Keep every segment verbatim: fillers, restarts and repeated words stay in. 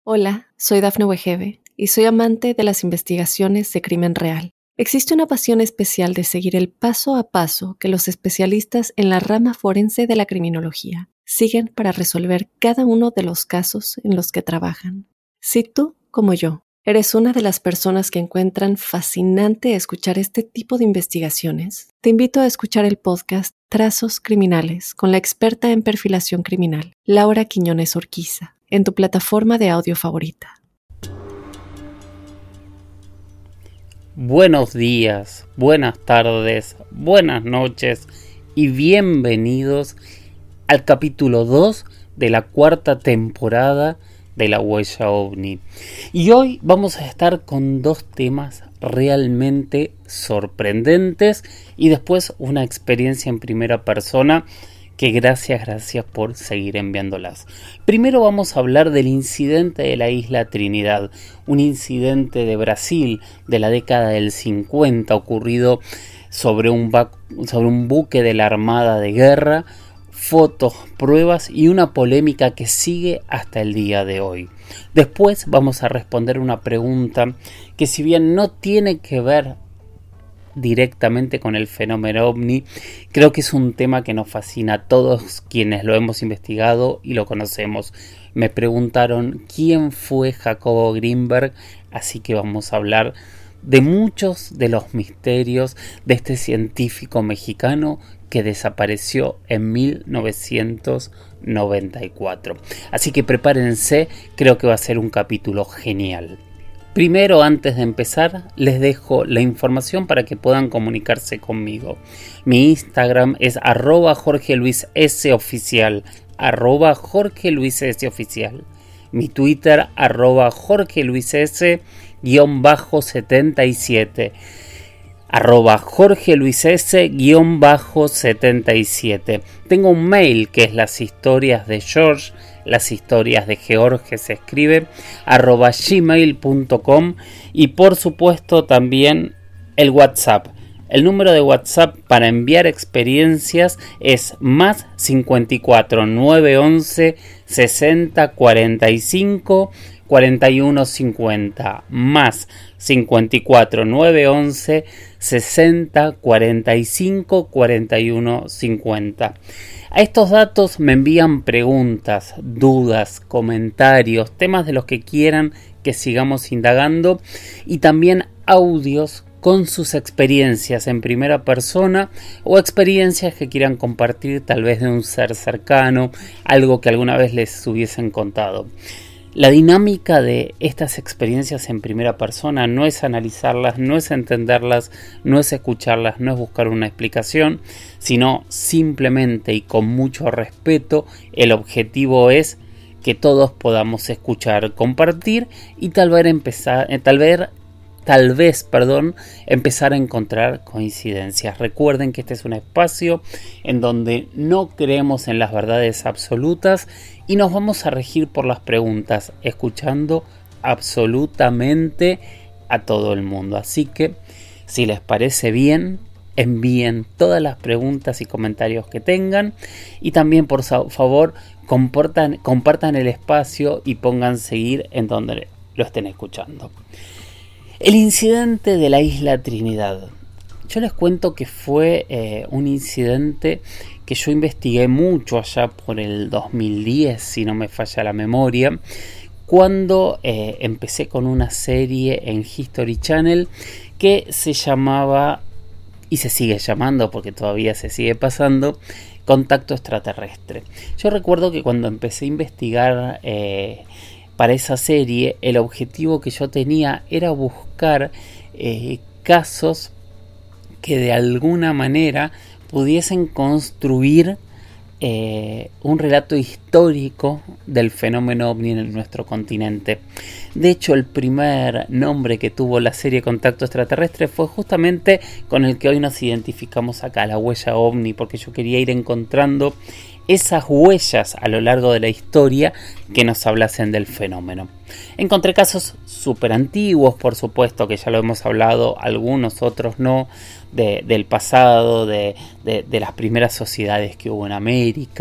Hola, soy Dafne Wegebe y soy amante de las investigaciones de crimen real. Existe una pasión especial de seguir el paso a paso que los especialistas en la rama forense de la criminología siguen para resolver cada uno de los casos en los que trabajan. Si tú, como yo, eres una de las personas que encuentran fascinante escuchar este tipo de investigaciones, te invito a escuchar el podcast Trazos Criminales con la experta en perfilación criminal, Laura Quiñones Orquiza, en tu plataforma de audio favorita. Buenos días, buenas tardes, buenas noches y bienvenidos al capítulo dos de la cuarta temporada de La Huella OVNI. Y hoy vamos a estar con dos temas realmente sorprendentes y después una experiencia en primera persona que gracias, gracias por seguir enviándolas. Primero vamos a hablar del incidente de la isla Trinidad, un incidente de Brasil de la década del cincuenta ocurrido sobre un, sobre un buque de la Armada de Guerra, fotos, pruebas y una polémica que sigue hasta el día de hoy. Después vamos a responder una pregunta que, si bien no tiene que ver directamente con el fenómeno ovni, creo que es un tema que nos fascina a todos quienes lo hemos investigado y lo conocemos. Me preguntaron quién fue Jacobo Greenberg, así que vamos a hablar de muchos de los misterios de este científico mexicano que desapareció en mil novecientos noventa y cuatro. Así que prepárense, creo que va a ser un capítulo genial. Primero, antes de empezar, les dejo la información para que puedan comunicarse conmigo. Mi Instagram es arroba Jorge Luis S oficial, arroba Jorge Luis S oficial. Mi Twitter, arroba Jorge Luis S guión bajo setenta y siete, arroba Jorge Luis S guión bajo setenta y siete. Tengo un mail que es las historias de George, las historias de George se escribe, arroba gmail punto com, y por supuesto también el WhatsApp. El número de WhatsApp para enviar experiencias es más cincuenta y cuatro nueve once sesenta cuarenta y cinco cuarenta y uno cincuenta, más cincuenta y cuatro nueve once sesenta cuarenta y cinco cuarenta y uno cincuenta. A estos datos me envían preguntas, dudas, comentarios, temas de los que quieran que sigamos indagando, y también audios con sus experiencias en primera persona o experiencias que quieran compartir, tal vez de un ser cercano, algo que alguna vez les hubiesen contado. La dinámica de estas experiencias en primera persona no es analizarlas, no es entenderlas, no es escucharlas, no es buscar una explicación, sino simplemente y con mucho respeto, el objetivo es que todos podamos escuchar, compartir y tal vez empezar, eh, tal vez Tal vez, perdón, empezar a encontrar coincidencias. Recuerden que este es un espacio en donde no creemos en las verdades absolutas y nos vamos a regir por las preguntas, escuchando absolutamente a todo el mundo. Así que, si les parece bien, envíen todas las preguntas y comentarios que tengan, y también, por favor, compartan, compartan el espacio y pongan seguir en donde lo estén escuchando. El incidente de la isla Trinidad. Yo les cuento que fue eh, un incidente que yo investigué mucho allá por el dos mil diez, si no me falla la memoria, cuando eh, empecé con una serie en History Channel que se llamaba, y se sigue llamando porque todavía se sigue pasando, Contacto Extraterrestre. Yo recuerdo que cuando empecé a investigar eh, para esa serie, el objetivo que yo tenía era buscar eh, casos que de alguna manera pudiesen construir eh, un relato histórico del fenómeno ovni en nuestro continente. De hecho, el primer nombre que tuvo la serie Contacto Extraterrestre fue justamente con el que hoy nos identificamos acá, La Huella OVNI, porque yo quería ir encontrando esas huellas a lo largo de la historia que nos hablasen del fenómeno. Encontré casos súper antiguos, por supuesto, que ya lo hemos hablado, algunos otros no, de, del pasado, de, de, de las primeras sociedades que hubo en América,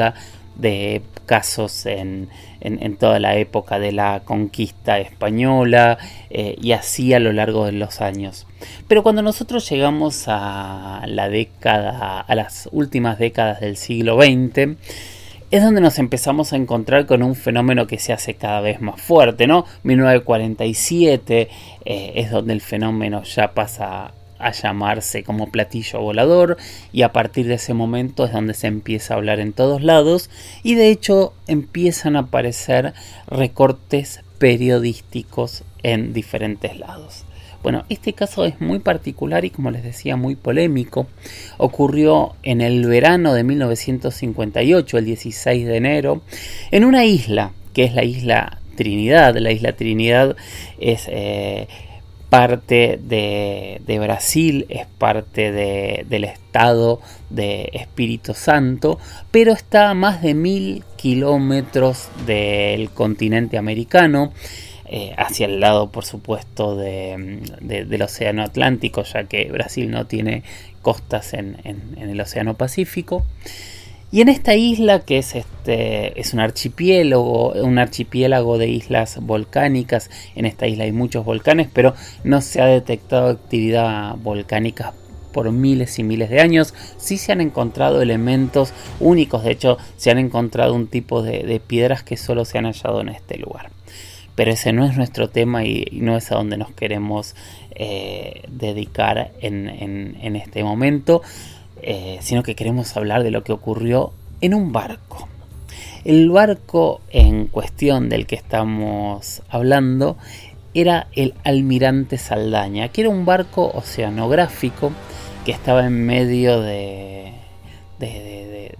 de casos en, en, en toda la época de la conquista española eh, y así a lo largo de los años. Pero cuando nosotros llegamos a la década, a las últimas décadas del siglo veinte, es donde nos empezamos a encontrar con un fenómeno que se hace cada vez más fuerte, ¿no? mil novecientos cuarenta y siete eh, es donde el fenómeno ya pasa a llamarse como platillo volador, y a partir de ese momento es donde se empieza a hablar en todos lados, y de hecho empiezan a aparecer recortes periodísticos en diferentes lados. Bueno, este caso es muy particular y, como les decía, muy polémico. Ocurrió en el verano de mil novecientos cincuenta y ocho, el dieciséis de enero, en una isla, que es la isla Trinidad. La isla Trinidad es eh, parte de, de Brasil, es parte de, del estado de Espíritu Santo, pero está a más de mil kilómetros del continente americano. Eh, hacia el lado, por supuesto, de, de, del océano Atlántico, ya que Brasil no tiene costas en, en, en el océano Pacífico. Y en esta isla, que es, este, es un archipiélago, un archipiélago de islas volcánicas, en esta isla hay muchos volcanes, pero no se ha detectado actividad volcánica por miles y miles de años. Sí se han encontrado elementos únicos, de hecho se han encontrado un tipo de, de piedras que solo se han hallado en este lugar. Pero ese no es nuestro tema y, y no es a donde nos queremos eh, dedicar en, en, en este momento, eh, sino que queremos hablar de lo que ocurrió en un barco. El barco en cuestión del que estamos hablando era el Almirante Saldaña, que era un barco oceanográfico que estaba en medio de... de, de, de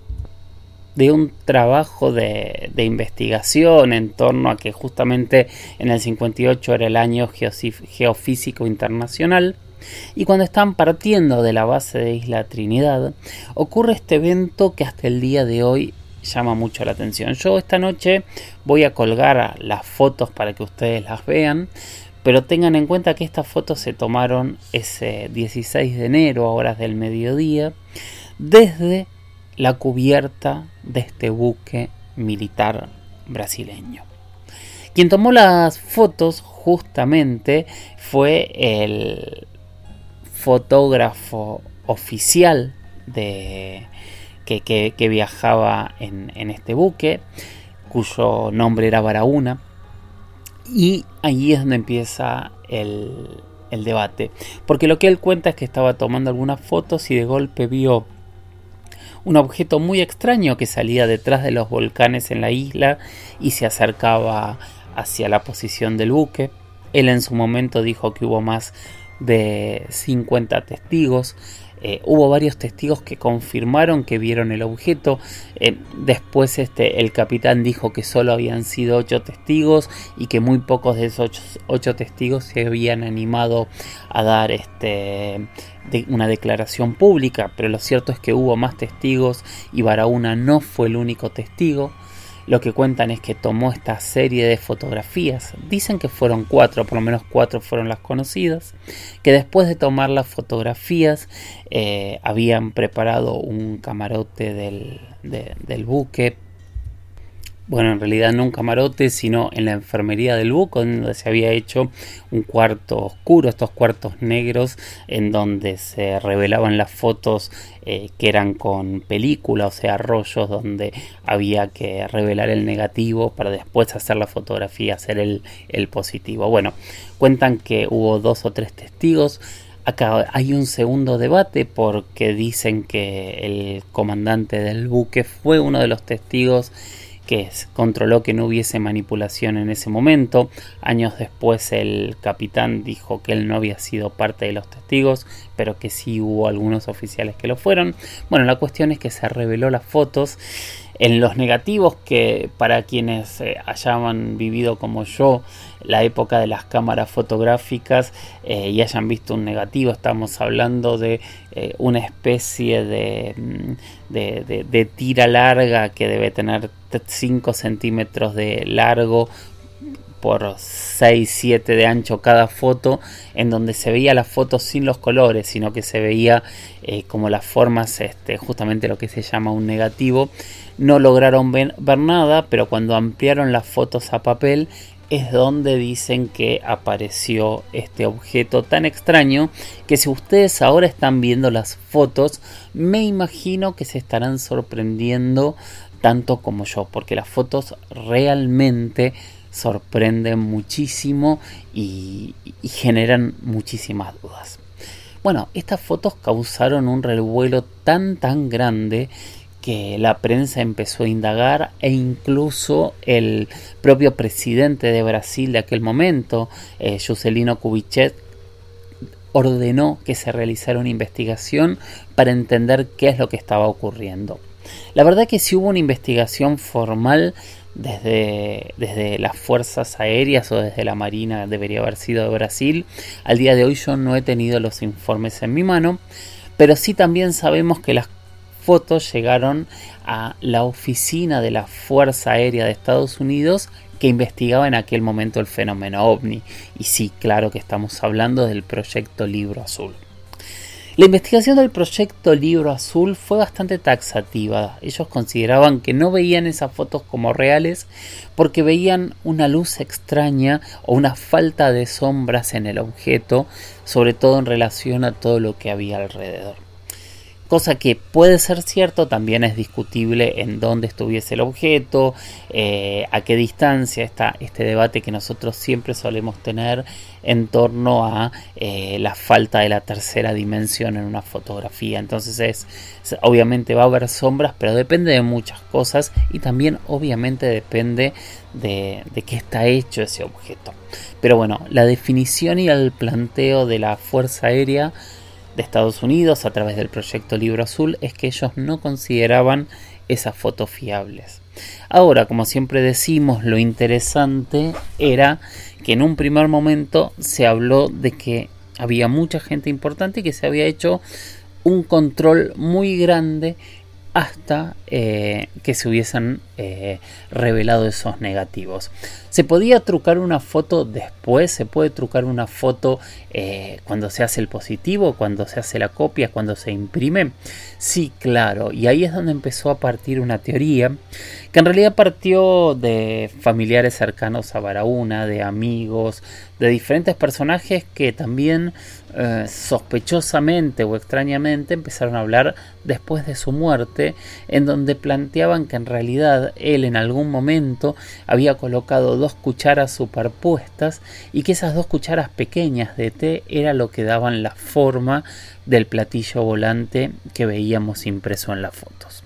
de un trabajo de, de investigación en torno a que justamente en el cincuenta y ocho era el año geofísico internacional, y cuando están partiendo de la base de Isla Trinidad ocurre este evento que hasta el día de hoy llama mucho la atención. Yo esta noche voy a colgar las fotos para que ustedes las vean, pero tengan en cuenta que estas fotos se tomaron ese dieciséis de enero a horas del mediodía desde la cubierta de este buque militar brasileño. Quien tomó las fotos justamente fue el fotógrafo oficial de, que, que, que viajaba en, en este buque, cuyo nombre era Baraúna, y ahí es donde empieza el, el debate, porque lo que él cuenta es que estaba tomando algunas fotos y de golpe vio un objeto muy extraño que salía detrás de los volcanes en la isla y se acercaba hacia la posición del buque. Él en su momento dijo que hubo más de cincuenta testigos. Eh, hubo varios testigos que confirmaron que vieron el objeto. Eh, después este, el capitán dijo que solo habían sido ocho testigos y que muy pocos de esos ocho, ocho testigos se habían animado a dar este, de una declaración pública. Pero lo cierto es que hubo más testigos y Baraúna no fue el único testigo. Lo que cuentan es que tomó esta serie de fotografías, dicen que fueron cuatro, por lo menos cuatro fueron las conocidas, que después de tomar las fotografías eh, habían preparado un camarote del, de, del buque. Bueno, en realidad no un camarote, sino en la enfermería del buque, donde se había hecho un cuarto oscuro, estos cuartos negros, en donde se revelaban las fotos eh, que eran con película, o sea, rollos donde había que revelar el negativo para después hacer la fotografía, hacer el, el positivo. Bueno, cuentan que hubo dos o tres testigos. Acá hay un segundo debate porque dicen que el comandante del buque fue uno de los testigos que controló que no hubiese manipulación en ese momento. Años después el capitán dijo que él no había sido parte de los testigos, pero que sí hubo algunos oficiales que lo fueron. Bueno, la cuestión es que se reveló las fotos. En los negativos, que para quienes eh, hayan vivido como yo la época de las cámaras fotográficas eh, y hayan visto un negativo, estamos hablando de eh, una especie de, de, de, de tira larga que debe tener cinco centímetros de largo por seis, siete de ancho cada foto, en donde se veía la foto sin los colores, sino que se veía eh, como las formas, este, justamente lo que se llama un negativo. No lograron ver, ver nada, pero cuando ampliaron las fotos a papel es donde dicen que apareció este objeto tan extraño, que si ustedes ahora están viendo las fotos, me imagino que se estarán sorprendiendo tanto como yo, porque las fotos realmente sorprenden muchísimo y, y generan muchísimas dudas. Bueno, estas fotos causaron un revuelo tan tan grande que la prensa empezó a indagar, e incluso el propio presidente de Brasil de aquel momento, eh, Juscelino Kubitschek, ordenó que se realizara una investigación para entender qué es lo que estaba ocurriendo. La verdad que si hubo una investigación formal desde, desde las fuerzas aéreas o desde la Marina, debería haber sido de Brasil. Al día de hoy yo no he tenido los informes en mi mano, pero sí también sabemos que las fotos llegaron a la oficina de la Fuerza Aérea de Estados Unidos, que investigaba en aquel momento el fenómeno ovni. Y sí, claro que estamos hablando del proyecto Libro Azul. La investigación del proyecto Libro Azul fue bastante taxativa. Ellos consideraban que no veían esas fotos como reales porque veían una luz extraña o una falta de sombras en el objeto, sobre todo en relación a todo lo que había alrededor. Cosa que puede ser cierto, también es discutible en dónde estuviese el objeto, eh, a qué distancia está este debate que nosotros siempre solemos tener en torno a eh, la falta de la tercera dimensión en una fotografía. Entonces es, es, obviamente va a haber sombras, pero depende de muchas cosas y también obviamente depende de, de qué está hecho ese objeto. Pero bueno, la definición y el planteo de la Fuerza Aérea de Estados Unidos a través del proyecto Libro Azul es que ellos no consideraban esas fotos fiables. Ahora, como siempre decimos, lo interesante era que en un primer momento se habló de que había mucha gente importante y que se había hecho un control muy grande hasta eh, que se hubiesen eh, revelado esos negativos. ¿Se podía trucar una foto después? ¿Se puede trucar una foto eh, cuando se hace el positivo, cuando se hace la copia, cuando se imprime? Sí, claro. Y ahí es donde empezó a partir una teoría que en realidad partió de familiares cercanos a Baraúna, de amigos, de diferentes personajes que también eh, sospechosamente o extrañamente empezaron a hablar después de su muerte, en donde planteaban que en realidad él en algún momento había colocado dos cucharas superpuestas y que esas dos cucharas pequeñas de té era lo que daban la forma del platillo volante que veíamos impreso en las fotos.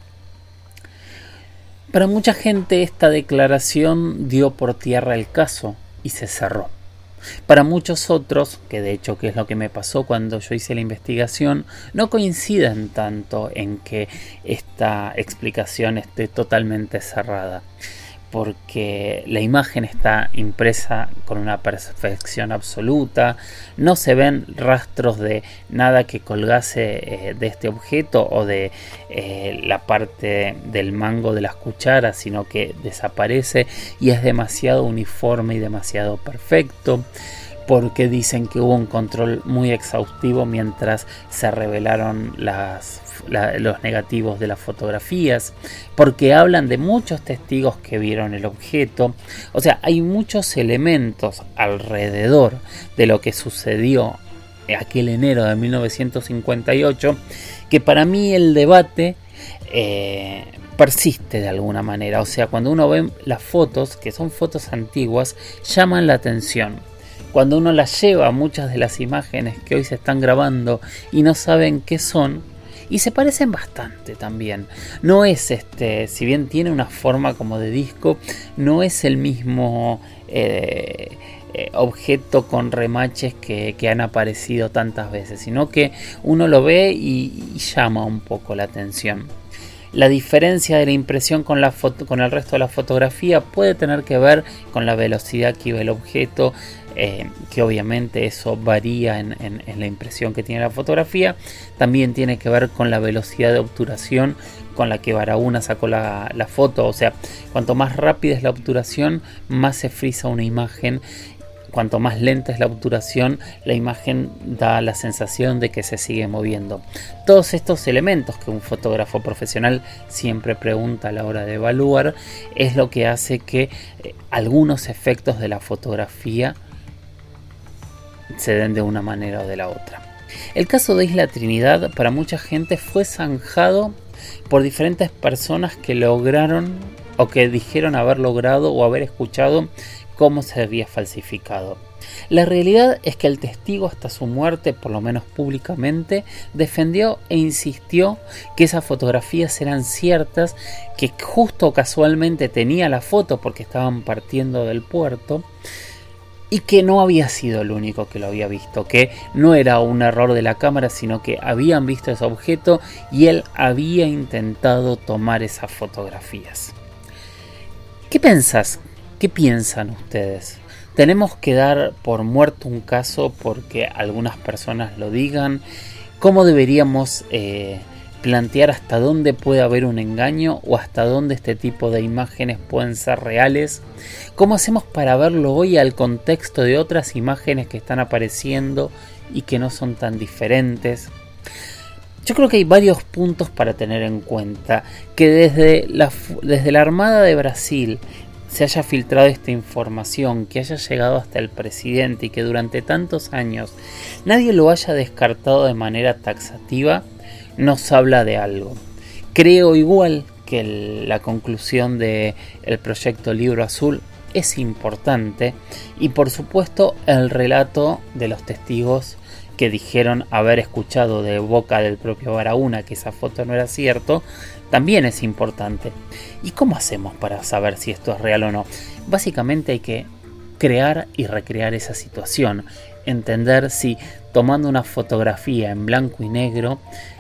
Para mucha gente esta declaración dio por tierra el caso y se cerró. Para muchos otros, que de hecho que es lo que me pasó cuando yo hice la investigación, no coinciden tanto en que esta explicación esté totalmente cerrada, porque la imagen está impresa con una perfección absoluta, no se ven rastros de nada que colgase eh, de este objeto o de eh, la parte del mango de las cucharas, sino que desaparece y es demasiado uniforme y demasiado perfecto. Porque dicen que hubo un control muy exhaustivo mientras se revelaron las, la, los negativos de las fotografías, porque hablan de muchos testigos que vieron el objeto. O sea, hay muchos elementos alrededor de lo que sucedió aquel enero de mil novecientos cincuenta y ocho, que para mí el debate eh, persiste de alguna manera. O sea, cuando uno ve las fotos, que son fotos antiguas, llaman la atención. Cuando uno las lleva a muchas de las imágenes que hoy se están grabando y no saben qué son, y se parecen bastante también. No es este, si bien tiene una forma como de disco, no es el mismo eh, eh, objeto con remaches que, que han aparecido tantas veces, sino que uno lo ve y, y llama un poco la atención. La diferencia de la impresión con, la foto, con el resto de la fotografía puede tener que ver con la velocidad que iba el objeto, eh, que obviamente eso varía en, en, en la impresión que tiene la fotografía. También tiene que ver con la velocidad de obturación con la que Baraúna sacó la, la foto. O sea, cuanto más rápida es la obturación, más se frisa una imagen. cuanto más lenta es la obturación, la imagen da la sensación de que se sigue moviendo. Todos estos elementos que un fotógrafo profesional siempre pregunta a la hora de evaluar es lo que hace que eh, algunos efectos de la fotografía se den de una manera o de la otra. El caso de Isla Trinidad para mucha gente fue zanjado por diferentes personas que lograron o que dijeron haber logrado o haber escuchado cómo se había falsificado. La realidad es que el testigo hasta su muerte, por lo menos públicamente, defendió e insistió que esas fotografías eran ciertas, que justo casualmente tenía la foto porque estaban partiendo del puerto y que no había sido el único que lo había visto, que no era un error de la cámara, sino que habían visto ese objeto y él había intentado tomar esas fotografías. ¿Qué pensás? ¿Qué piensan ustedes? ¿Tenemos que dar por muerto un caso porque algunas personas lo digan? ¿Cómo deberíamos eh, plantear hasta dónde puede haber un engaño o hasta dónde este tipo de imágenes pueden ser reales? ¿Cómo hacemos para verlo hoy al contexto de otras imágenes que están apareciendo y que no son tan diferentes? Yo creo que hay varios puntos para tener en cuenta. Que desde la, desde la Armada de Brasil se haya filtrado esta información, que haya llegado hasta el presidente y que durante tantos años nadie lo haya descartado de manera taxativa, nos habla de algo. Creo igual que el, la conclusión del proyecto Libro Azul es importante y por supuesto el relato de los testigos que dijeron haber escuchado de boca del propio Barahona que esa foto no era cierto, también es importante. ¿Y cómo hacemos para saber si esto es real o no? Básicamente hay que crear y recrear esa situación, entender si tomando una fotografía en blanco y negro,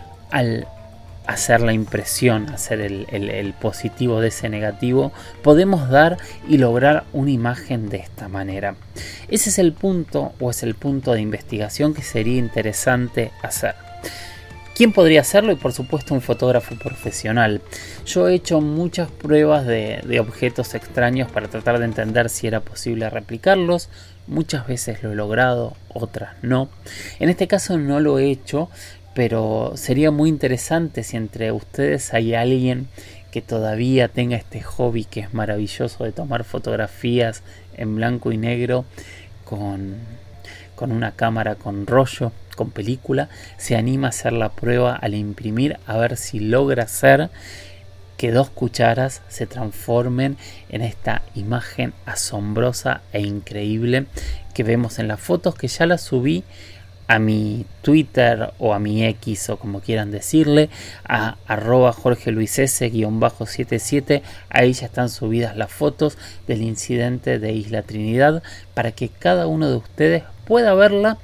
al hacer la impresión, hacer el, el, el positivo de ese negativo, podemos dar y lograr una imagen de esta manera. Ese es el punto o es el punto de investigación que sería interesante hacer. ¿Quién podría hacerlo? Y por supuesto un fotógrafo profesional. Yo he hecho muchas pruebas de, de objetos extraños para tratar de entender si era posible replicarlos. Muchas veces lo he logrado, otras no. En este caso no lo he hecho, pero sería muy interesante si entre ustedes hay alguien que todavía tenga este hobby que es maravilloso de tomar fotografías en blanco y negro con, con una cámara con rollo, con película, se anima a hacer la prueba al imprimir a ver si logra hacer que dos cucharas se transformen en esta imagen asombrosa e increíble que vemos en las fotos, que ya las subí a mi Twitter o a mi X o como quieran decirle, a arroba jorge luis s guión bajo setenta y siete. Ahí ya están subidas las fotos del incidente de Isla Trinidad para que cada uno de ustedes pueda verla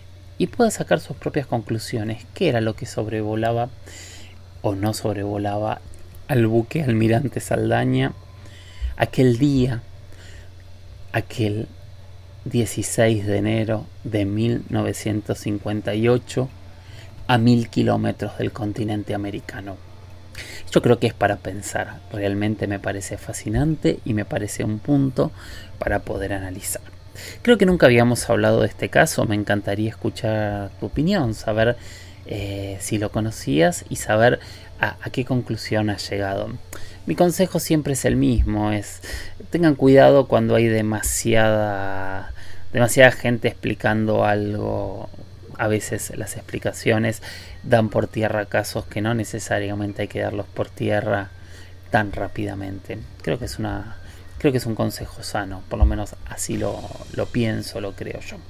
y pueda sacar sus propias conclusiones. ¿Qué era lo que sobrevolaba o no sobrevolaba al buque Almirante Saldaña aquel día, aquel dieciséis de enero de mil novecientos cincuenta y ocho, a mil kilómetros del continente americano? Yo creo que es para pensar. Realmente me parece fascinante y me parece un punto para poder analizar. Creo que nunca habíamos hablado de este caso. Me encantaría escuchar tu opinión, saber eh, si lo conocías y saber a, a qué conclusión has llegado. Mi consejo siempre es el mismo, es tengan cuidado cuando hay demasiada, demasiada gente explicando algo. A veces las explicaciones dan por tierra casos que no necesariamente hay que darlos por tierra tan rápidamente. Creo que es una, creo que es un consejo sano, por lo menos así lo, lo pienso, lo creo yo.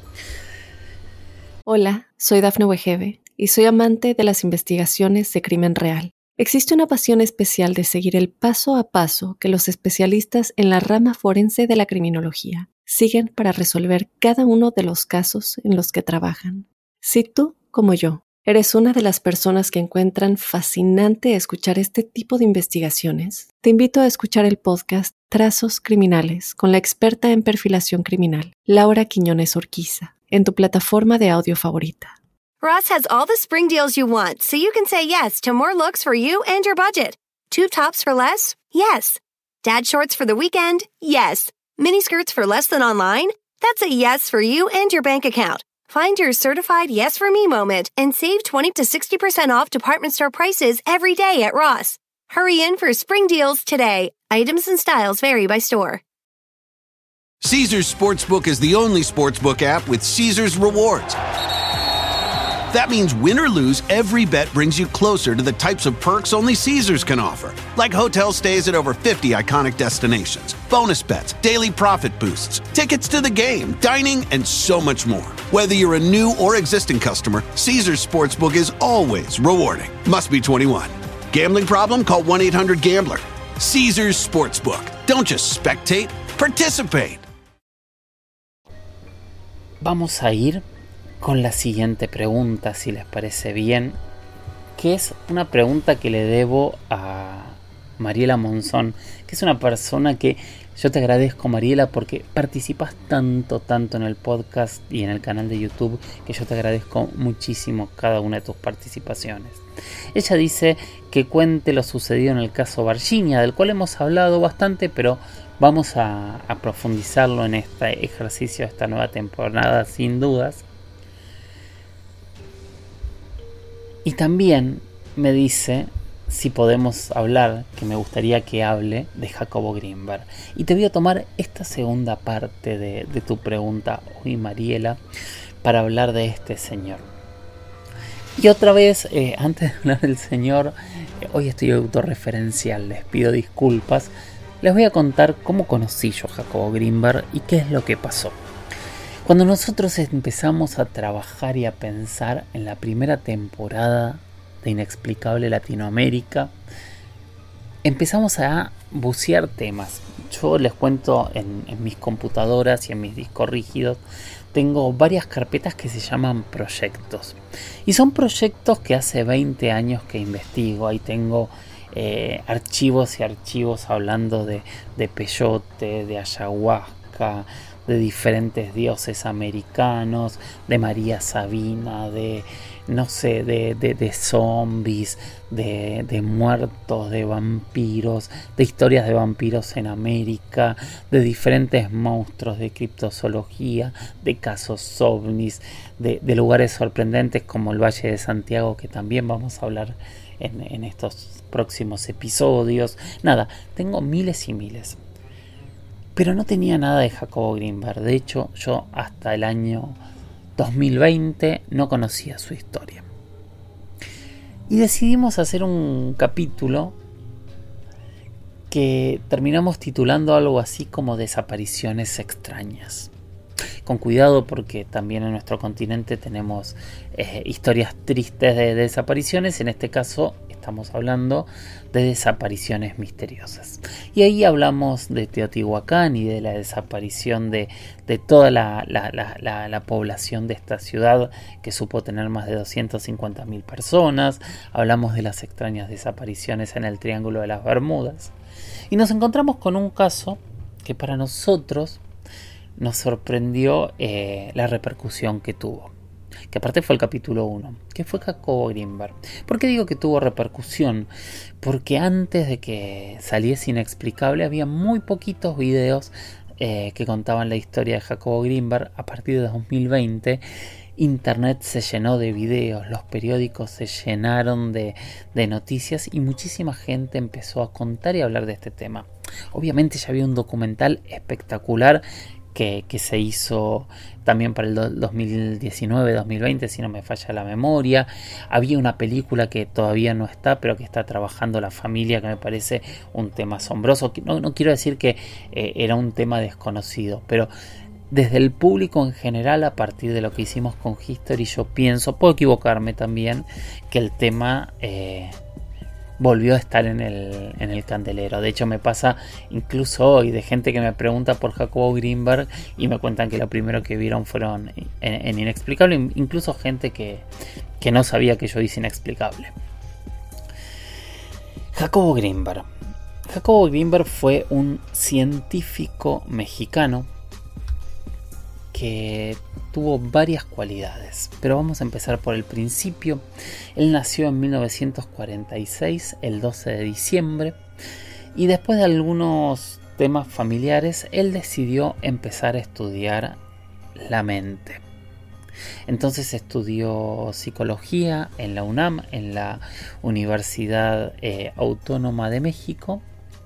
Hola, soy Dafne Wegebe y soy amante de las investigaciones de crimen real. Existe una pasión especial de seguir el paso a paso que los especialistas en la rama forense de la criminología siguen para resolver cada uno de los casos en los que trabajan. Si tú, como yo, eres una de las personas que encuentran fascinante escuchar este tipo de investigaciones, te invito a escuchar el podcast Trazos Criminales con la experta en perfilación criminal, Laura Quiñones Orquiza, en tu plataforma de audio favorita. Ross has all the spring deals you want, so you can say yes to more looks for you and your budget. Two tops for less? Yes. Dad shorts for the weekend? Yes. Mini skirts for less than online? That's a yes for you and your bank account. Find your certified yes for me moment and save twenty to sixty percent off department store prices every day at Ross. Hurry in for spring deals today. Items and styles vary by store. Caesars Sportsbook is the only sportsbook app with Caesars Rewards. That means win or lose, every bet brings you closer to the types of perks only Caesars can offer. Like hotel stays at over fifty iconic destinations, bonus bets, daily profit boosts, tickets to the game, dining, and so much more. Whether you're a new or existing customer, Caesars Sportsbook is always rewarding. Must be twenty-one. Gambling problem? Call one eight hundred gambler. Caesars Sportsbook. Don't just spectate, participate. Vamos a ir con la siguiente pregunta, si les parece bien, que es una pregunta que le debo a Mariela Monzón, que es una persona que yo te agradezco, Mariela, porque participas tanto, tanto en el podcast y en el canal de YouTube, que yo te agradezco muchísimo cada una de tus participaciones. Ella dice que cuente lo sucedido en el caso Varginha, del cual hemos hablado bastante, pero vamos a, a profundizarlo en este ejercicio de esta nueva temporada, sin dudas. Y también me dice si podemos hablar, que me gustaría que hable de Jacobo Grinberg. Y te voy a tomar esta segunda parte de, de tu pregunta hoy, Mariela, para hablar de este señor. Y otra vez, eh, antes de hablar del señor, eh, hoy estoy autorreferencial, les pido disculpas. Les voy a contar cómo conocí yo a Jacobo Grinberg y qué es lo que pasó. Cuando nosotros empezamos a trabajar y a pensar en la primera temporada de Inexplicable Latinoamérica, empezamos a bucear temas. Yo les cuento en, en mis computadoras y en mis discos rígidos, tengo varias carpetas que se llaman proyectos. Y son proyectos que hace veinte años que investigo. Ahí tengo eh, archivos y archivos hablando de, de peyote, de ayahuasca, de diferentes dioses americanos, de María Sabina, de no sé, de, de, de zombies, de, de muertos, de vampiros, de historias de vampiros en América, de diferentes monstruos, de criptozoología, de casos ovnis, de, de lugares sorprendentes como el Valle de Santiago, que también vamos a hablar en, en estos próximos episodios. Nada, tengo miles y miles. Pero no tenía nada de Jacobo Grinberg. De hecho, yo hasta el año dos mil veinte no conocía su historia. Y decidimos hacer un capítulo que terminamos titulando algo así como Desapariciones extrañas. Con cuidado, porque también en nuestro continente tenemos eh, historias tristes de desapariciones. En este caso estamos hablando de desapariciones misteriosas. Y ahí hablamos de Teotihuacán y de la desaparición de, de toda la, la, la, la, la población de esta ciudad, que supo tener más de doscientas cincuenta mil personas. Hablamos de las extrañas desapariciones en el Triángulo de las Bermudas. Y nos encontramos con un caso que para nosotros nos sorprendió eh, la repercusión que tuvo. Que aparte fue el capítulo uno, que fue Jacobo Grinberg. ¿Por qué digo que tuvo repercusión? Porque antes de que saliese Inexplicable había muy poquitos videos eh, que contaban la historia de Jacobo Grinberg. A partir de dos mil veinte Internet se llenó de videos, los periódicos se llenaron de, de noticias y muchísima gente empezó a contar y hablar de este tema. Obviamente ya había un documental espectacular Que, que se hizo también para el dos mil diecinueve dos mil veinte, si no me falla la memoria. Había una película que todavía no está, pero que está trabajando la familia, que me parece un tema asombroso. No, no quiero decir que eh, era un tema desconocido, pero desde el público en general, a partir de lo que hicimos con History, yo pienso, puedo equivocarme también, que el tema Eh, volvió a estar en el, en el candelero. De hecho, me pasa incluso hoy de gente que me pregunta por Jacobo Grinberg y me cuentan que lo primero que vieron fueron en, en Inexplicable, incluso gente que, que no sabía que yo hice Inexplicable. Jacobo Grinberg. Jacobo Grinberg fue un científico mexicano que tuvo varias cualidades, pero vamos a empezar por el principio. Él nació en mil novecientos cuarenta y seis, el doce de diciembre, y después de algunos temas familiares, él decidió empezar a estudiar la mente. Entonces estudió psicología en la UNAM, en la Universidad eh, Autónoma de México,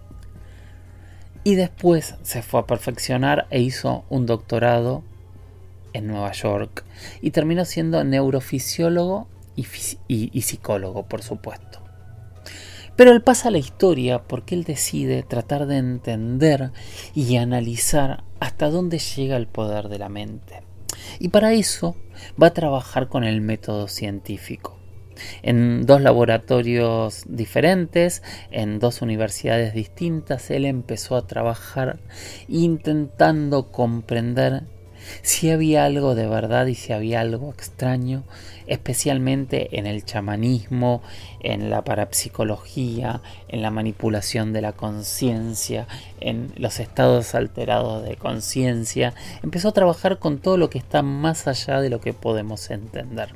y después se fue a perfeccionar e hizo un doctorado en Nueva York y terminó siendo neurofisiólogo y, y, y psicólogo, por supuesto. Pero él pasa a la historia porque él decide tratar de entender y analizar hasta dónde llega el poder de la mente. Y para eso va a trabajar con el método científico. En dos laboratorios diferentes, en dos universidades distintas, él empezó a trabajar intentando comprender si había algo de verdad y si había algo extraño, especialmente en el chamanismo, en la parapsicología, en la manipulación de la conciencia, en los estados alterados de conciencia. Empezó a trabajar con todo lo que está más allá de lo que podemos entender.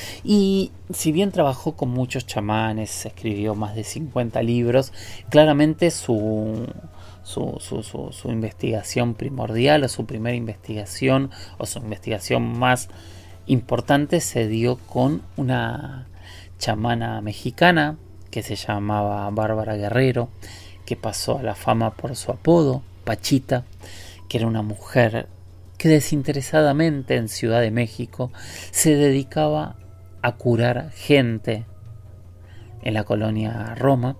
Y si bien trabajó con muchos chamanes, escribió más de cincuenta libros, claramente su... Su, su, su, su investigación primordial o su primera investigación o su investigación más importante se dio con una chamana mexicana que se llamaba Bárbara Guerrero, que pasó a la fama por su apodo, Pachita, que era una mujer que desinteresadamente en Ciudad de México se dedicaba a curar gente en la colonia Roma,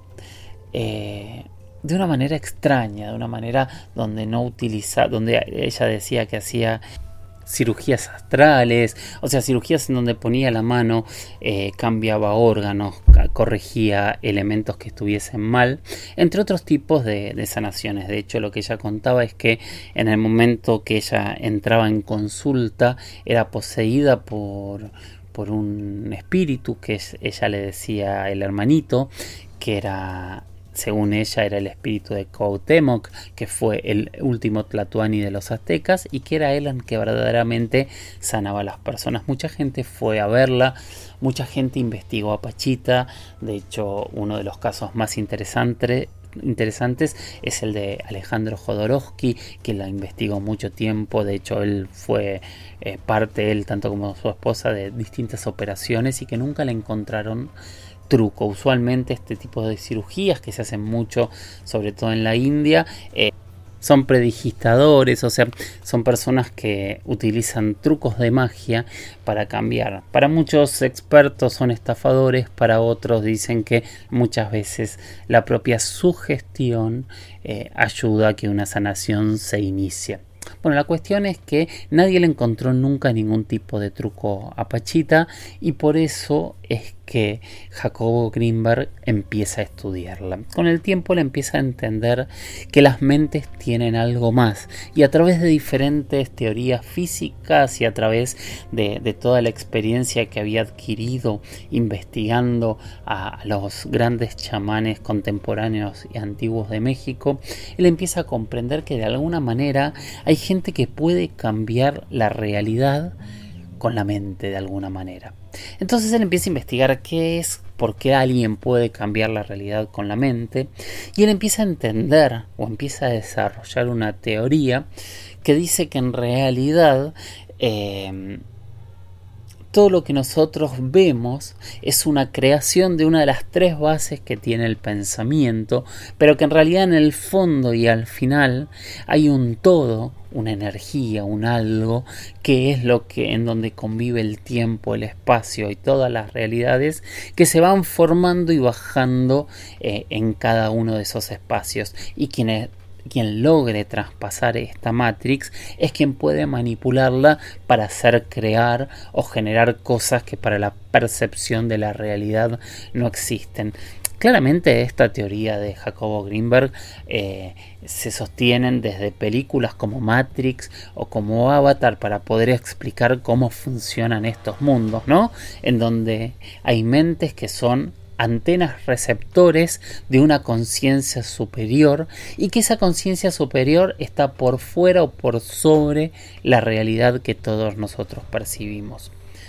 eh, de una manera extraña, de una manera donde no utiliza, donde ella decía que hacía cirugías astrales, o sea, cirugías en donde ponía la mano, eh, cambiaba órganos, corregía elementos que estuviesen mal, entre otros tipos de, de sanaciones. De hecho, lo que ella contaba es que en el momento que ella entraba en consulta, era poseída por, por un espíritu, que es, ella le decía el hermanito, que era... Según ella era el espíritu de Cuauhtémoc, que fue el último tlatoani de los aztecas y que era él el que verdaderamente sanaba a las personas. Mucha gente fue a verla, mucha gente investigó a Pachita. De hecho, uno de los casos más interesantes interesantes es el de Alejandro Jodorowsky, que la investigó mucho tiempo. De hecho, él fue eh, parte, él tanto como su esposa, de distintas operaciones y que nunca le encontraron truco. Usualmente este tipo de cirugías que se hacen mucho, sobre todo en la India, eh, son predigitadores, o sea, son personas que utilizan trucos de magia para cambiar. Para muchos expertos son estafadores, para otros dicen que muchas veces la propia sugestión eh, ayuda a que una sanación se inicie. Bueno, la cuestión es que nadie le encontró nunca ningún tipo de truco a Pachita y por eso es que Jacobo Grinberg empieza a estudiarla. Con el tiempo le empieza a entender que las mentes tienen algo más y a través de diferentes teorías físicas y a través de, de toda la experiencia que había adquirido investigando a los grandes chamanes contemporáneos y antiguos de México, él empieza a comprender que de alguna manera hay gente que puede cambiar la realidad con la mente de alguna manera. Entonces él empieza a investigar qué es, por qué alguien puede cambiar la realidad con la mente, y él empieza a entender o empieza a desarrollar una teoría que dice que en realidad eh, todo lo que nosotros vemos es una creación de una de las tres bases que tiene el pensamiento, pero que en realidad en el fondo y al final hay un todo, una energía, un algo, que es lo que en donde convive el tiempo, el espacio y todas las realidades que se van formando y bajando eh, en cada uno de esos espacios, y quienes quien logre traspasar esta Matrix es quien puede manipularla para hacer crear o generar cosas que para la percepción de la realidad no existen. Claramente esta teoría de Jacobo Grinberg eh, se sostienen desde películas como Matrix o como Avatar para poder explicar cómo funcionan estos mundos, ¿no? En donde hay mentes que son antenas receptores de una conciencia superior y que esa conciencia superior está por fuera o por sobre la realidad que todos nosotros percibimos.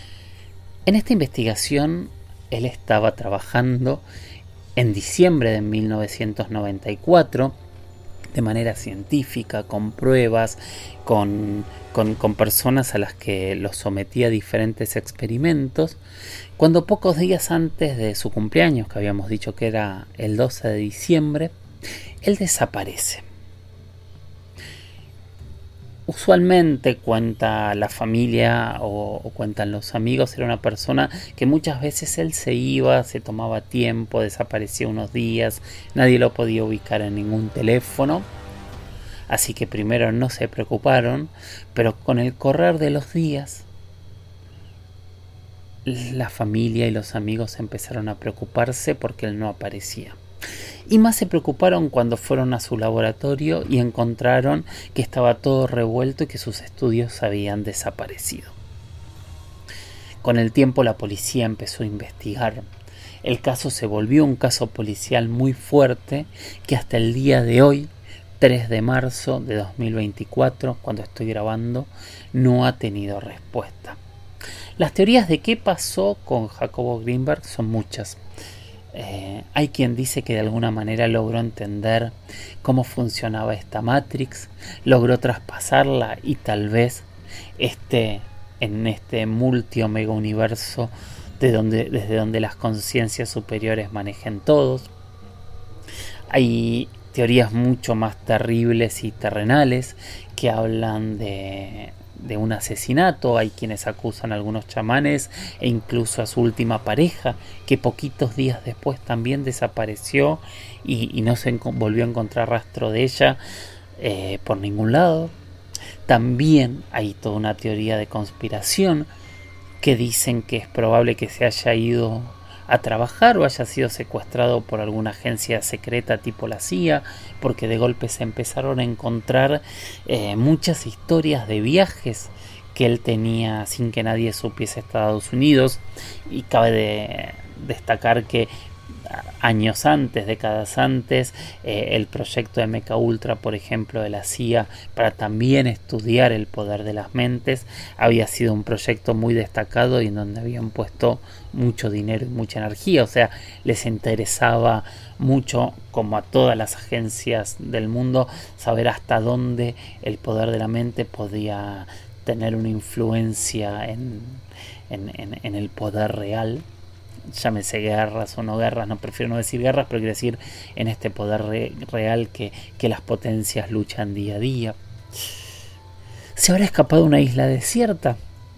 En esta investigación él estaba trabajando en diciembre de mil novecientos noventa y cuatro de manera científica, con pruebas, con, con, con personas a las que los sometía a diferentes experimentos, cuando pocos días antes de su cumpleaños, que habíamos dicho que era el doce de diciembre, él desaparece. Usualmente, cuenta la familia o, o cuentan los amigos, era una persona que muchas veces él se iba, se tomaba tiempo, desaparecía unos días, nadie lo podía ubicar en ningún teléfono, así que primero no se preocuparon, pero con el correr de los días, la familia y los amigos empezaron a preocuparse porque él no aparecía. Y más se preocuparon cuando fueron a su laboratorio y encontraron que estaba todo revuelto y que sus estudios habían desaparecido. Con el tiempo la policía empezó a investigar. El caso se volvió un caso policial muy fuerte que hasta el día de hoy, tres de marzo de dos mil veinticuatro, cuando estoy grabando, no ha tenido respuesta. Las teorías de qué pasó con Jacobo Greenberg son muchas. Eh, hay quien dice que de alguna manera logró entender cómo funcionaba esta Matrix, logró traspasarla y tal vez esté en este multi-omega universo de donde, desde donde las conciencias superiores manejen todos. Hay teorías mucho más terribles y terrenales que hablan de... de un asesinato. Hay quienes acusan a algunos chamanes e incluso a su última pareja, que poquitos días después también desapareció y, y no se volvió a encontrar rastro de ella eh, por ningún lado. También hay toda una teoría de conspiración que dicen que es probable que se haya ido a trabajar o haya sido secuestrado por alguna agencia secreta tipo la C I A, porque de golpe se empezaron a encontrar eh, muchas historias de viajes que él tenía sin que nadie supiese a Estados Unidos. Y cabe de destacar que años antes, décadas antes, eh, el proyecto de M K Ultra, por ejemplo, de la C I A, para también estudiar el poder de las mentes, había sido un proyecto muy destacado y en donde habían puesto mucho dinero y mucha energía. O sea, les interesaba mucho, como a todas las agencias del mundo, saber hasta dónde el poder de la mente podía tener una influencia en, en, en, en el poder real. Llámese guerras o no guerras, no prefiero no decir guerras, pero quiero decir en este poder re, real que, que las potencias luchan día a día. ¿Se habrá escapado a una isla desierta?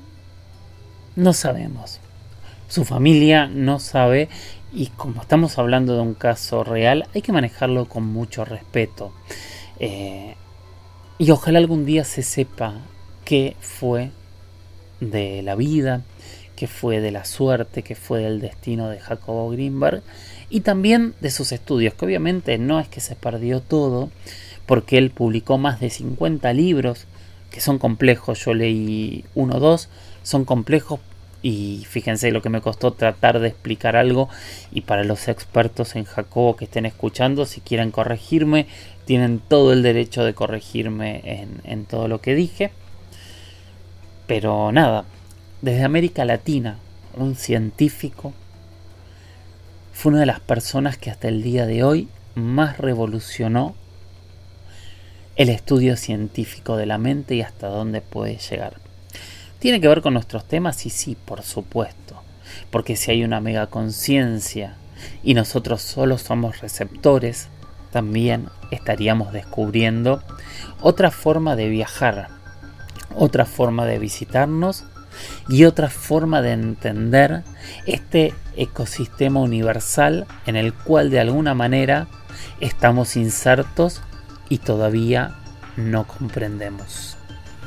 No sabemos. Su familia no sabe, y como estamos hablando de un caso real, hay que manejarlo con mucho respeto. Eh, y ojalá algún día se sepa qué fue de la vida, que fue de la suerte, que fue del destino de Jacobo Greenberg, y también de sus estudios, que obviamente no es que se perdió todo, porque él publicó más de cincuenta libros, que son complejos. Yo leí uno o dos, son complejos, y fíjense lo que me costó tratar de explicar algo. Y para los expertos en Jacobo que estén escuchando, si quieren corregirme, tienen todo el derecho de corregirme en, en todo lo que dije. Pero nada, desde América Latina, un científico, fue una de las personas que hasta el día de hoy más revolucionó el estudio científico de la mente y hasta dónde puede llegar. ¿Tiene que ver con nuestros temas? Y sí, por supuesto, porque si hay una mega conciencia y nosotros solo somos receptores, también estaríamos descubriendo otra forma de viajar, otra forma de visitarnos y otra forma de entender este ecosistema universal en el cual de alguna manera estamos insertos y todavía no comprendemos.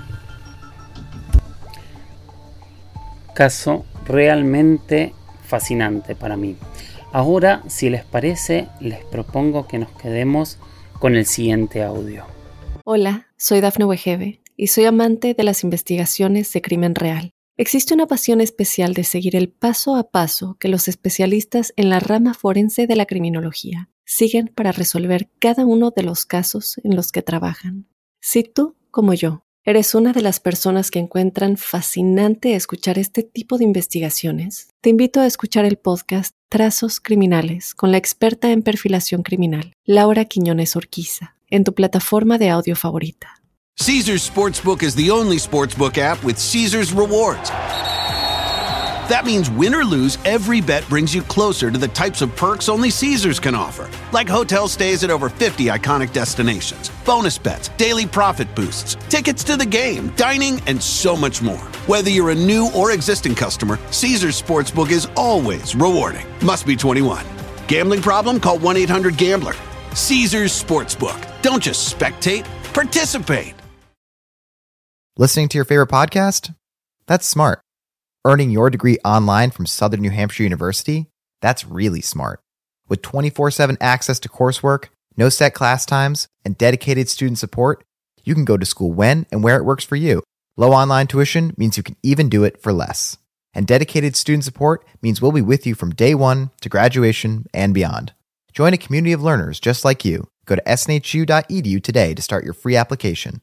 Caso realmente fascinante para mí. Ahora, si les parece, les propongo que nos quedemos con el siguiente audio. Hola, soy Dafne Wegebe y soy amante de las investigaciones de crimen real. Existe una pasión especial de seguir el paso a paso que los especialistas en la rama forense de la criminología siguen para resolver cada uno de los casos en los que trabajan. Si tú, como yo, eres una de las personas que encuentran fascinante escuchar este tipo de investigaciones, te invito a escuchar el podcast Trazos Criminales con la experta en perfilación criminal, Laura Quiñones Orquiza. en tu plataforma de audio favorita. Caesars Sportsbook is the only sportsbook app with Caesars Rewards. That means win or lose, every bet brings you closer to the types of perks only Caesars can offer. Like hotel stays at over fifty iconic destinations, bonus bets, daily profit boosts, tickets to the game, dining, and so much more. Whether you're a new or existing customer, Caesars Sportsbook is always rewarding. Must be twenty-one. Gambling problem? Call one eight hundred gambler. Caesars Sportsbook. Don't just spectate, participate. Listening to your favorite podcast? That's smart. Earning your degree online from Southern New Hampshire University? That's really smart. With twenty-four seven access to coursework, no set class times, and dedicated student support, you can go to school when and where it works for you. Low online tuition means you can even do it for less. And dedicated student support means we'll be with you from day one to graduation and beyond. Join a community of learners just like you. Go to s n h u dot e d u today to start your free application.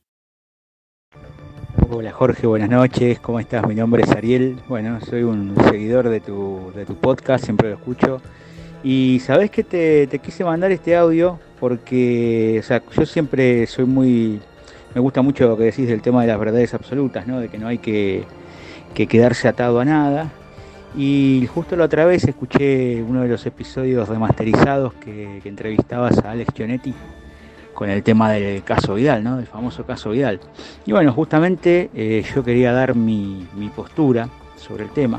Hola Jorge, buenas noches, ¿cómo estás? Mi nombre es Ariel, bueno, soy un seguidor de tu, de tu podcast, siempre lo escucho. Y sabés que te, te quise mandar este audio porque, o sea, yo siempre soy muy, me gusta mucho lo que decís del tema de las verdades absolutas, ¿no? De que no hay que, que quedarse atado a nada. Y justo la otra vez escuché uno de los episodios remasterizados que, que entrevistabas a Alex Gionetti con el tema del caso Vidal, ¿no? Del famoso caso Vidal. Y bueno, justamente eh, yo quería dar mi, mi postura sobre el tema,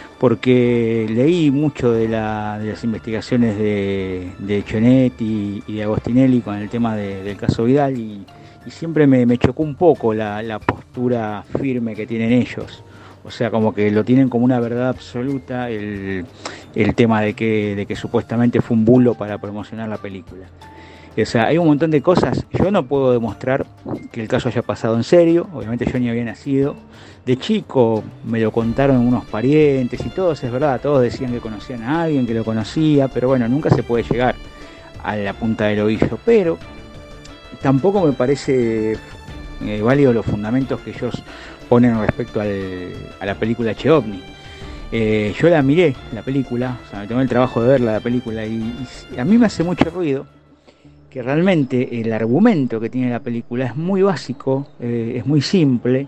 porque leí mucho de, la, de las investigaciones de, de Gionetti y de Agostinelli con el tema de, del caso Vidal, y, y siempre me, me chocó un poco la, la postura firme que tienen ellos. O sea, como que lo tienen como una verdad absoluta el, el tema de que, de que supuestamente fue un bulo para promocionar la película. O sea, hay un montón de cosas. Yo no puedo demostrar que el caso haya pasado en serio. Obviamente yo ni había nacido. De chico me lo contaron unos parientes y todos, es verdad, todos decían que conocían a alguien que lo conocía, pero bueno, nunca se puede llegar a la punta del ovillo. Pero tampoco me parece eh, válido los fundamentos que ellos ponen respecto al, a la película Che OVNI. Eh, yo la miré, la película, o sea, me tomé el trabajo de verla, la película, y, y a mí me hace mucho ruido que realmente el argumento que tiene la película es muy básico, eh, es muy simple,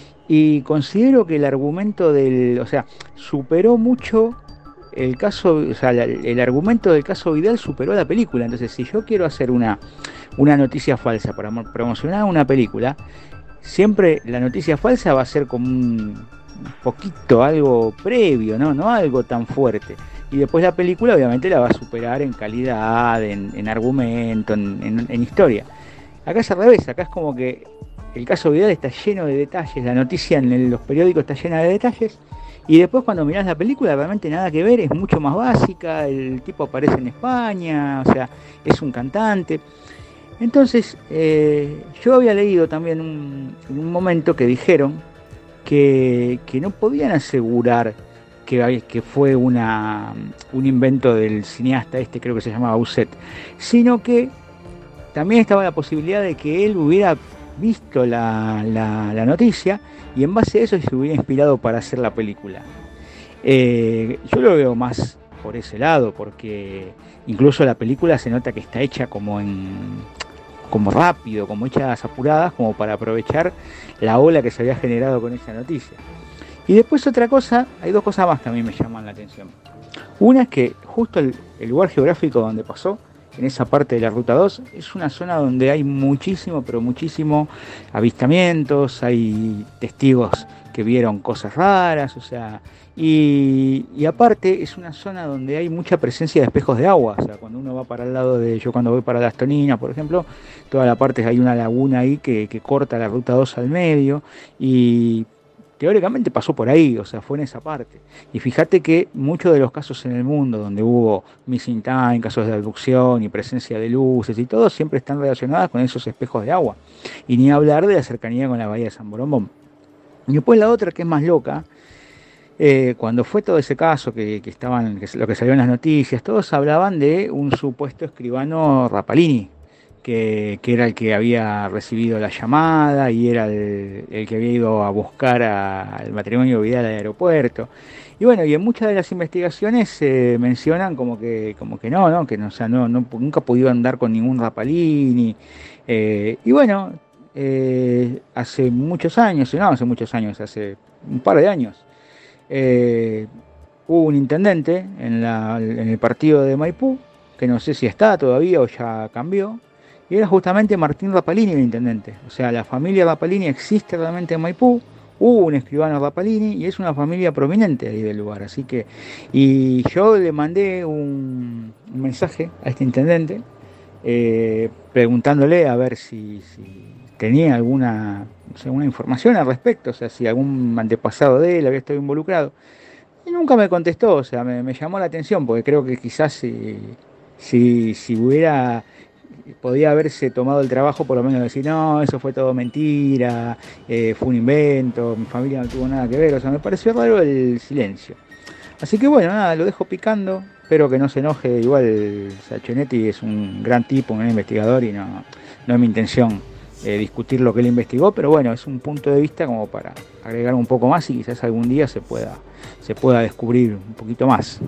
y considero que el argumento del, o sea, superó mucho el caso, o sea, la, el argumento del caso Vidal superó la película. Entonces, si yo quiero hacer una, una noticia falsa para promocionar una película, siempre la noticia falsa va a ser como un poquito algo previo, ¿no? No algo tan fuerte. Y después la película obviamente la va a superar en calidad, en, en argumento, en, en, en historia. Acá es al revés, acá es como que el caso Vidal está lleno de detalles, la noticia en el, los periódicos está llena de detalles, y después cuando mirás la película realmente nada que ver, es mucho más básica, el tipo aparece en España, o sea, es un cantante. Entonces, eh, yo había leído también un, en un momento que dijeron que, que no podían asegurar que, que fue una, un invento del cineasta este, creo que se llamaba Uset, sino que también estaba la posibilidad de que él hubiera visto la, la, la noticia y en base a eso se hubiera inspirado para hacer la película. Eh, yo lo veo más por ese lado, porque incluso la película se nota que está hecha como en como rápido, como hechas apuradas, como para aprovechar la ola que se había generado con esa noticia. Y después otra cosa, hay dos cosas más que a mí me llaman la atención. Una es que justo el, el lugar geográfico donde pasó, en esa parte de la Ruta dos, es una zona donde hay muchísimo, pero muchísimo avistamientos, hay testigos que vieron cosas raras, o sea, y, y aparte es una zona donde hay mucha presencia de espejos de agua, o sea, cuando uno va para el lado de, yo cuando voy para Las Toninas, por ejemplo, toda la parte, hay una laguna ahí que, que corta la Ruta dos al medio, y teóricamente pasó por ahí, o sea, fue en esa parte. Y fíjate que muchos de los casos en el mundo donde hubo missing time, casos de abducción y presencia de luces y todo, siempre están relacionadas con esos espejos de agua. Y ni hablar de la cercanía con la bahía de San Borombón. Y después la otra, que es más loca, eh, cuando fue todo ese caso, que, que estaban, que lo que salió en las noticias, todos hablaban de un supuesto escribano Rapalini, que, que era el que había recibido la llamada y era el, el que había ido a buscar a- al matrimonio Vidal al aeropuerto. Y bueno, y en muchas de las investigaciones se mencionan como que, como que no, ¿no? Que no, o sea, no, no- nunca pudieron andar con ningún Rapalini. Eh, y bueno, eh, hace muchos años, no hace muchos años, hace un par de años, eh, hubo un intendente en, la- en el partido de Maipú, que no sé si está todavía o ya cambió, y era justamente Martín Rapalini el intendente. O sea, la familia Rapalini existe realmente en Maipú, hubo un escribano Rapalini y es una familia prominente ahí del lugar. Así que, y yo le mandé un, un mensaje a este intendente eh, preguntándole a ver si, si tenía alguna, o sea, alguna información al respecto, o sea, si algún antepasado de él había estado involucrado. Y nunca me contestó, o sea, me, me llamó la atención, porque creo que quizás si, si, si hubiera, podía haberse tomado el trabajo por lo menos de decir, no, eso fue todo mentira, eh, fue un invento, mi familia no tuvo nada que ver, o sea, me pareció raro el silencio. Así que bueno, nada, lo dejo picando, espero que no se enoje, igual Sacchenetti es un gran tipo, un gran investigador y no, no es mi intención eh, discutir lo que él investigó, pero bueno, es un punto de vista como para agregar un poco más y quizás algún día se pueda, se pueda descubrir un poquito más.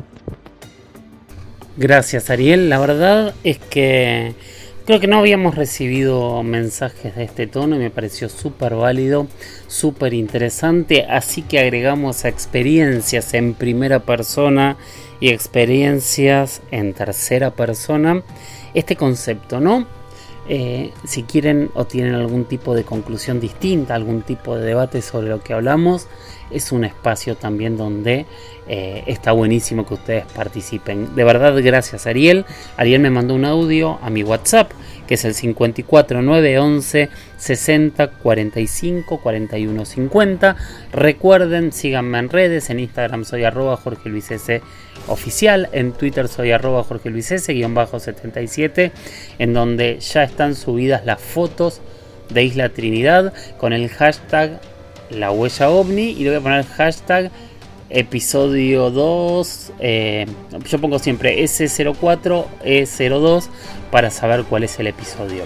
Gracias, Ariel. La verdad es que creo que no habíamos recibido mensajes de este tono y me pareció súper válido, súper interesante. Así que agregamos a experiencias en primera persona y experiencias en tercera persona este concepto, ¿no? Eh, si quieren o tienen algún tipo de conclusión distinta, algún tipo de debate sobre lo que hablamos, es un espacio también donde eh, está buenísimo que ustedes participen. De verdad, gracias, Ariel. Ariel me mandó un audio a mi WhatsApp, que es el cincuenta y cuatro nueve once sesenta cuarenta y cinco cuarenta y uno cincuenta. Recuerden, síganme en redes, en Instagram soy arroba Jorge Luis S oficial, en Twitter soy arroba Jorge Luis S guión bajo setenta y siete, en donde ya están subidas las fotos de Isla Trinidad con el hashtag La Huella OVNI, y le voy a poner hashtag episodio dos, eh, yo pongo siempre ese cero cuatro E cero dos para saber cuál es el episodio.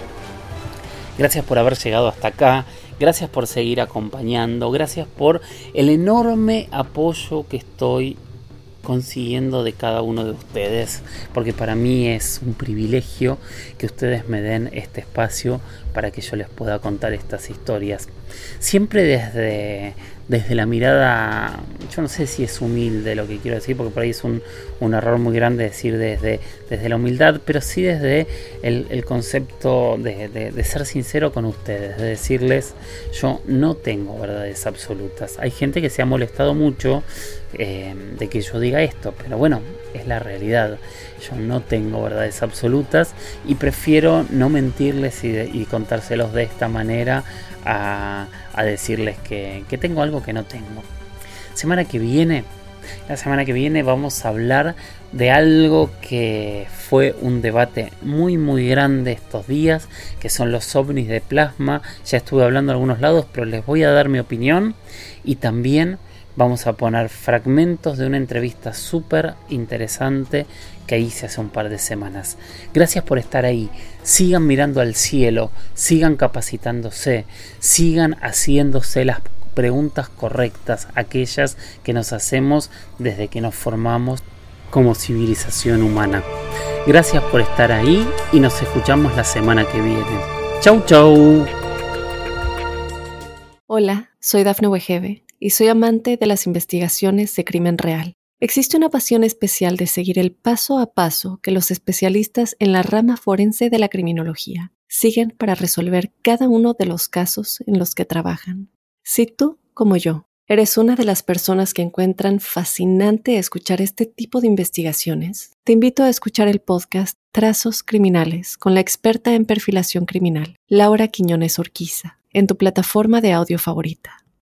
Gracias por haber llegado hasta acá, gracias por seguir acompañando, gracias por el enorme apoyo que estoy consiguiendo de cada uno de ustedes, porque para mí es un privilegio que ustedes me den este espacio para que yo les pueda contar estas historias, siempre desde, desde la mirada, yo no sé si es humilde lo que quiero decir, porque por ahí es un, un error muy grande decir desde, desde la humildad, pero sí desde el, el concepto de, de, de ser sincero con ustedes, de decirles, yo no tengo verdades absolutas. Hay gente que se ha molestado mucho eh, de que yo diga esto, pero bueno, es la realidad. Yo no tengo verdades absolutas y prefiero no mentirles y, de, y contárselos de esta manera a, a decirles que, que tengo algo que no tengo. Semana que viene, la semana que viene vamos a hablar de algo que fue un debate muy muy grande estos días, que son los ovnis de plasma. Ya estuve hablando en algunos lados, pero les voy a dar mi opinión y también vamos a poner fragmentos de una entrevista súper interesante que hice hace un par de semanas. Gracias por estar ahí. Sigan mirando al cielo, sigan capacitándose, sigan haciéndose las preguntas correctas, aquellas que nos hacemos desde que nos formamos como civilización humana. Gracias por estar ahí y nos escuchamos la semana que viene. Chau, chau. Hola, soy Dafne Wegebe y soy amante de las investigaciones de crimen real. Existe una pasión especial de seguir el paso a paso que los especialistas en la rama forense de la criminología siguen para resolver cada uno de los casos en los que trabajan. Si tú, como yo, eres una de las personas que encuentran fascinante escuchar este tipo de investigaciones, te invito a escuchar el podcast Trazos Criminales con la experta en perfilación criminal, Laura Quiñones Urquiza, en tu plataforma de audio favorita.